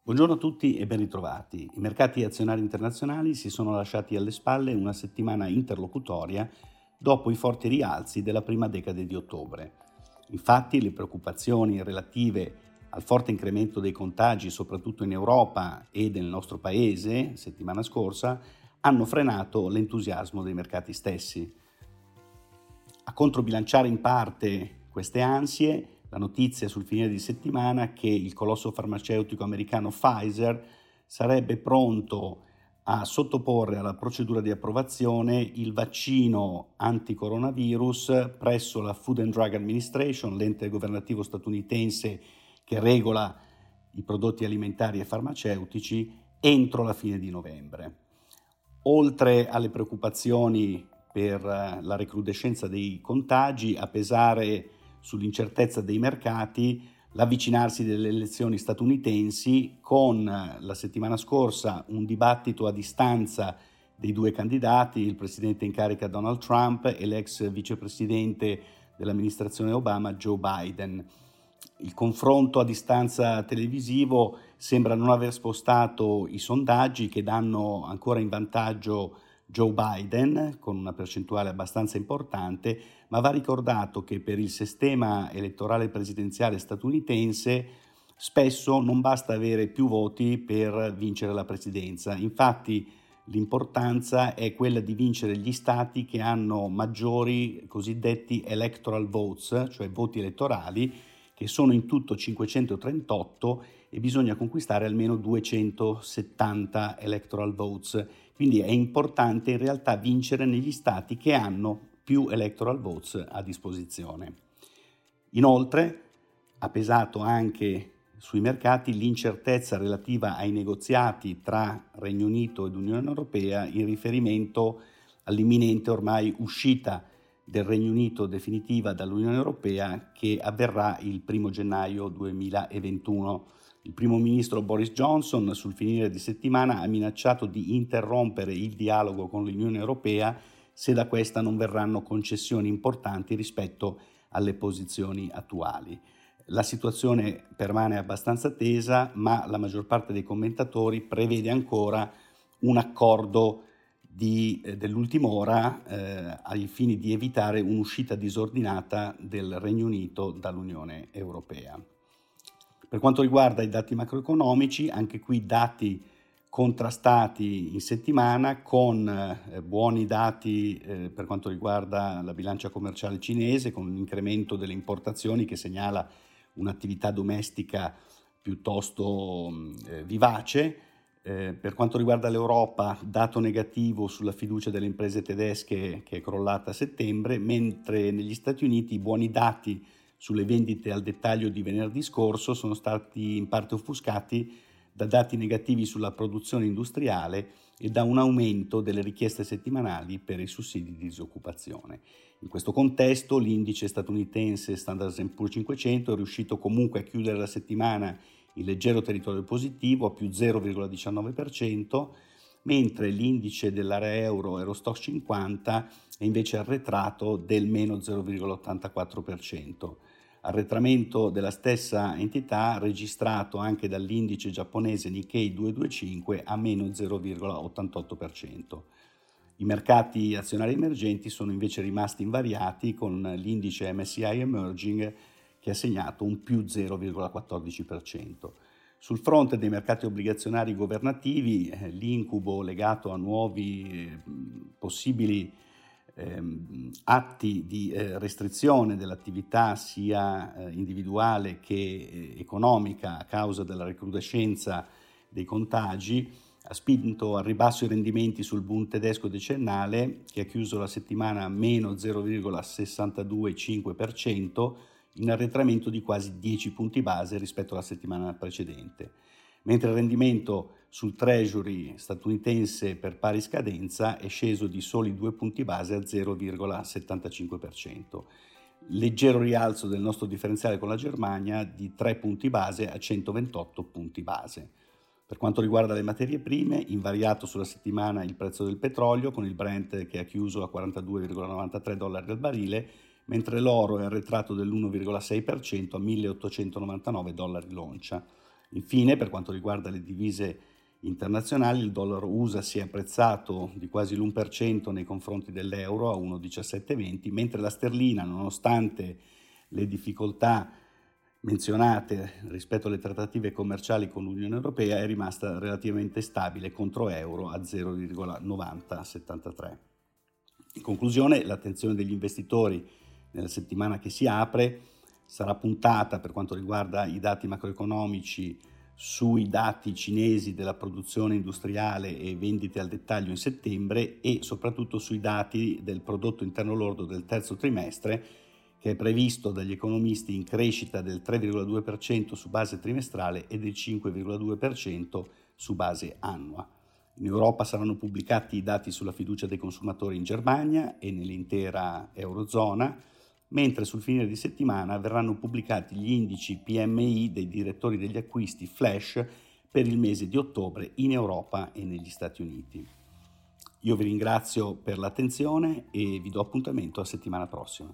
Buongiorno a tutti e ben ritrovati. I mercati azionari internazionali si sono lasciati alle spalle una settimana interlocutoria dopo i forti rialzi della prima decade di ottobre. Infatti, le preoccupazioni relative al forte incremento dei contagi, soprattutto in Europa e nel nostro paese, settimana scorsa, hanno frenato l'entusiasmo dei mercati stessi. A controbilanciare in parte queste ansie, la notizia sul finire di settimana che il colosso farmaceutico americano Pfizer sarebbe pronto a sottoporre alla procedura di approvazione il vaccino anti-coronavirus presso la Food and Drug Administration, l'ente governativo statunitense che regola i prodotti alimentari e farmaceutici, entro la fine di novembre. Oltre alle preoccupazioni per la recrudescenza dei contagi, a pesare sull'incertezza dei mercati, l'avvicinarsi delle elezioni statunitensi, con la settimana scorsa un dibattito a distanza dei due candidati, il presidente in carica Donald Trump e l'ex vicepresidente dell'amministrazione Obama Joe Biden. Il confronto a distanza televisivo sembra non aver spostato i sondaggi, che danno ancora in vantaggio Joe Biden con una percentuale abbastanza importante, ma va ricordato che per il sistema elettorale presidenziale statunitense spesso non basta avere più voti per vincere la presidenza. Infatti l'importanza è quella di vincere gli stati che hanno maggiori cosiddetti electoral votes, cioè voti elettorali, che sono in tutto 538 e bisogna conquistare almeno 270 electoral votes. Quindi è importante in realtà vincere negli stati che hanno più electoral votes a disposizione. Inoltre ha pesato anche sui mercati l'incertezza relativa ai negoziati tra Regno Unito ed Unione Europea in riferimento all'imminente ormai uscita del Regno Unito definitiva dall'Unione Europea, che avverrà il 1 gennaio 2021. Il primo ministro Boris Johnson sul finire di settimana ha minacciato di interrompere il dialogo con l'Unione Europea se da questa non verranno concessioni importanti rispetto alle posizioni attuali. La situazione permane abbastanza tesa, ma la maggior parte dei commentatori prevede ancora un accordo dell'ultima ora ai fini di evitare un'uscita disordinata del Regno Unito dall'Unione Europea. Per quanto riguarda i dati macroeconomici, anche qui dati contrastati in settimana, con buoni dati per quanto riguarda la bilancia commerciale cinese, con un incremento delle importazioni che segnala un'attività domestica piuttosto vivace. Per quanto riguarda l'Europa, dato negativo sulla fiducia delle imprese tedesche che è crollata a settembre, mentre negli Stati Uniti i buoni dati sulle vendite al dettaglio di venerdì scorso sono stati in parte offuscati da dati negativi sulla produzione industriale e da un aumento delle richieste settimanali per i sussidi di disoccupazione. In questo contesto l'indice statunitense Standard & Poor's 500 è riuscito comunque a chiudere la settimana in leggero territorio positivo a più 0,19%, mentre l'indice dell'area euro Eurostoxx 50 è invece arretrato del meno 0,84%. Arretramento della stessa entità registrato anche dall'indice giapponese Nikkei 225 a meno 0,88%. I mercati azionari emergenti sono invece rimasti invariati, con l'indice MSCI Emerging che ha segnato un più 0,14%. Sul fronte dei mercati obbligazionari governativi, l'incubo legato a nuovi possibili atti di restrizione dell'attività sia individuale che economica a causa della recrudescenza dei contagi ha spinto al ribasso i rendimenti sul Bund tedesco decennale, che ha chiuso la settimana a meno 0,625%, in arretramento di quasi 10 punti base rispetto alla settimana precedente, mentre il rendimento sul Treasury statunitense per pari scadenza è sceso di soli 2 punti base a 0,75%. Leggero rialzo del nostro differenziale con la Germania di 3 punti base a 128 punti base. Per quanto riguarda le materie prime, invariato sulla settimana il prezzo del petrolio, con il Brent che ha chiuso a $42,93 al barile, mentre l'oro è arretrato dell'1,6% a $1.899 l'oncia. Infine, per quanto riguarda le divise internazionali, il dollaro USA si è apprezzato di quasi l'1% nei confronti dell'euro a 1,1720, mentre la sterlina, nonostante le difficoltà menzionate rispetto alle trattative commerciali con l'Unione Europea, è rimasta relativamente stabile contro euro a 0,9073. In conclusione, l'attenzione degli investitori nella settimana che si apre sarà puntata, per quanto riguarda i dati macroeconomici, sui dati cinesi della produzione industriale e vendite al dettaglio in settembre e soprattutto sui dati del prodotto interno lordo del terzo trimestre, che è previsto dagli economisti in crescita del 3,2% su base trimestrale e del 5,2% su base annua. In Europa saranno pubblicati i dati sulla fiducia dei consumatori in Germania e nell'intera Eurozona, mentre sul finire di settimana verranno pubblicati gli indici PMI dei direttori degli acquisti flash per il mese di ottobre in Europa e negli Stati Uniti. Io vi ringrazio per l'attenzione e vi do appuntamento a settimana prossima.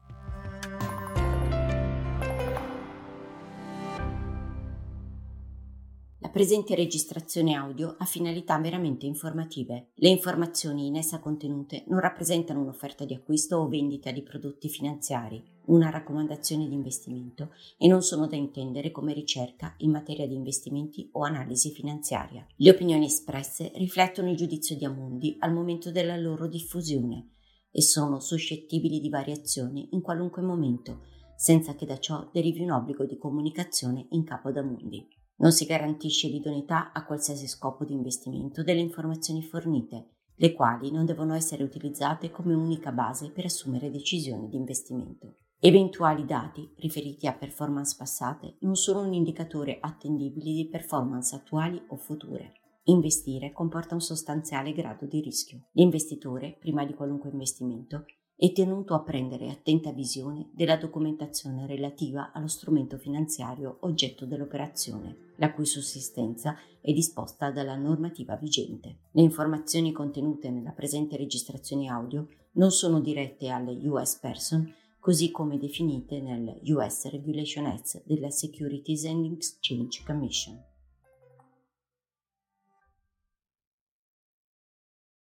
La presente registrazione audio ha finalità meramente informative. Le informazioni in essa contenute non rappresentano un'offerta di acquisto o vendita di prodotti finanziari, una raccomandazione di investimento e non sono da intendere come ricerca in materia di investimenti o analisi finanziaria. Le opinioni espresse riflettono il giudizio di Amundi al momento della loro diffusione e sono suscettibili di variazioni in qualunque momento, senza che da ciò derivi un obbligo di comunicazione in capo ad Amundi. Non si garantisce l'idoneità a qualsiasi scopo di investimento delle informazioni fornite, le quali non devono essere utilizzate come unica base per assumere decisioni di investimento. Eventuali dati riferiti a performance passate non sono un indicatore attendibile di performance attuali o future. Investire comporta un sostanziale grado di rischio. L'investitore, prima di qualunque investimento, è tenuto a prendere attenta visione della documentazione relativa allo strumento finanziario oggetto dell'operazione, la cui sussistenza è disposta dalla normativa vigente. Le informazioni contenute nella presente registrazione audio non sono dirette alle US Person, così come definite nel US Regulation Act della Securities and Exchange Commission.